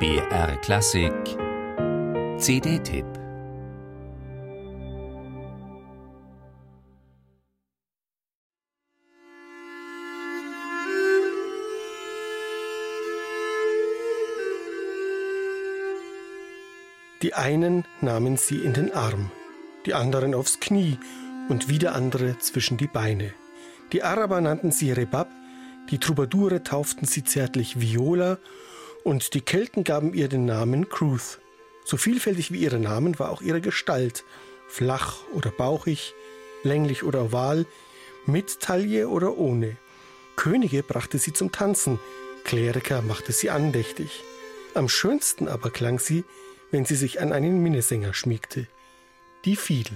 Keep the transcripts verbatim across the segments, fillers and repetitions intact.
B R Klassik C D-Tipp. Die einen nahmen sie in den Arm, die anderen aufs Knie und wieder andere zwischen die Beine. Die Araber nannten sie Rebab, die Troubadoure tauften sie zärtlich Viola und die Kelten gaben ihr den Namen Cruth. So vielfältig wie ihre Namen war auch ihre Gestalt, flach oder bauchig, länglich oder oval, mit Taille oder ohne. Könige brachte sie zum Tanzen, Kleriker machte sie andächtig. Am schönsten aber klang sie, wenn sie sich an einen Minnesänger schmiegte, die Fiedel.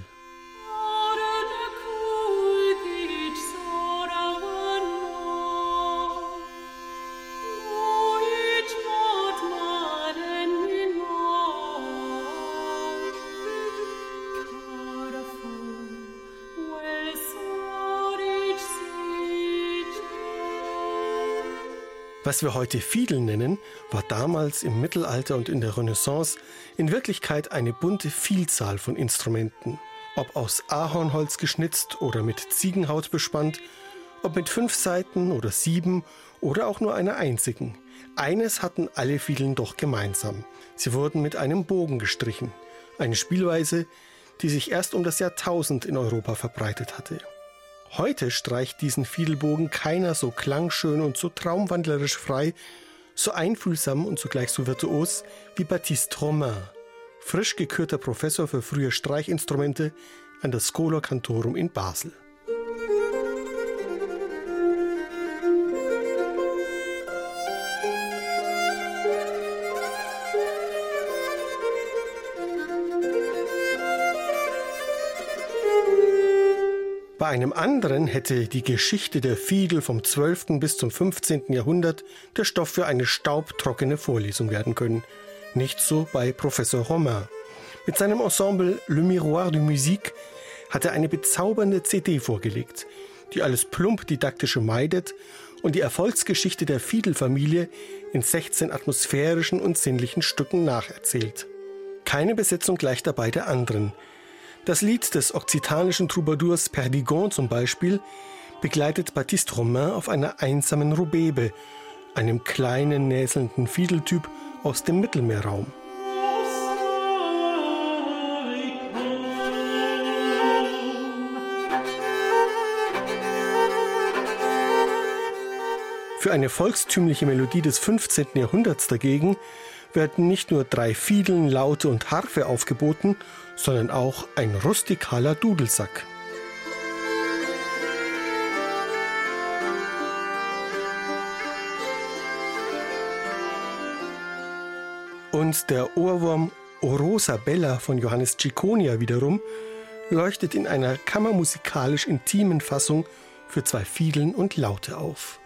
Was wir heute Fiedel nennen, war damals im Mittelalter und in der Renaissance in Wirklichkeit eine bunte Vielzahl von Instrumenten. Ob aus Ahornholz geschnitzt oder mit Ziegenhaut bespannt, ob mit fünf Saiten oder sieben oder auch nur einer einzigen. Eines hatten alle Fiedeln doch gemeinsam. Sie wurden mit einem Bogen gestrichen. Eine Spielweise, die sich erst um das Jahrtausend in Europa verbreitet hatte. Heute streicht diesen Fiedelbogen keiner so klangschön und so traumwandlerisch frei, so einfühlsam und zugleich so virtuos wie Baptiste Romain, frisch gekürter Professor für frühe Streichinstrumente an der Schola Cantorum in Basel. Bei einem anderen hätte die Geschichte der Fiedel vom zwölften bis zum fünfzehnten Jahrhundert der Stoff für eine staubtrockene Vorlesung werden können. Nicht so bei Professor Romain. Mit seinem Ensemble Le Miroir de Musique hat er eine bezaubernde C D vorgelegt, die alles plump Didaktische meidet und die Erfolgsgeschichte der Fiedelfamilie in sechzehn atmosphärischen und sinnlichen Stücken nacherzählt. Keine Besetzung gleicht dabei der anderen. Das Lied des okzitanischen Troubadours Perdigon zum Beispiel begleitet Baptiste Romain auf einer einsamen Rubebe, einem kleinen näselnden Fiedeltyp aus dem Mittelmeerraum. Für eine volkstümliche Melodie des fünfzehnten Jahrhunderts dagegen werden nicht nur drei Fiedeln, Laute und Harfe aufgeboten, sondern auch ein rustikaler Dudelsack. Und der Ohrwurm O Rosa Bella von Johannes Ciconia wiederum leuchtet in einer kammermusikalisch intimen Fassung für zwei Fiedeln und Laute auf.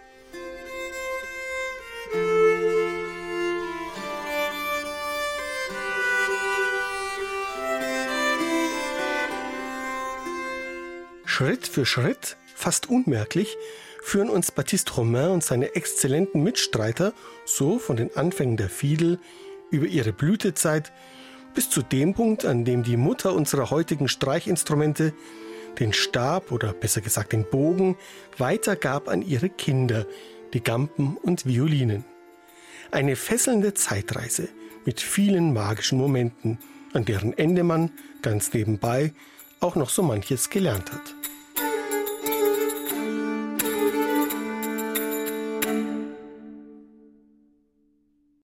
Schritt für Schritt, fast unmerklich, führen uns Baptiste Romain und seine exzellenten Mitstreiter so von den Anfängen der Fiedel über ihre Blütezeit bis zu dem Punkt, an dem die Mutter unserer heutigen Streichinstrumente den Stab oder besser gesagt den Bogen weitergab an ihre Kinder, die Gampen und Violinen. Eine fesselnde Zeitreise mit vielen magischen Momenten, an deren Ende man, ganz nebenbei, auch noch so manches gelernt hat.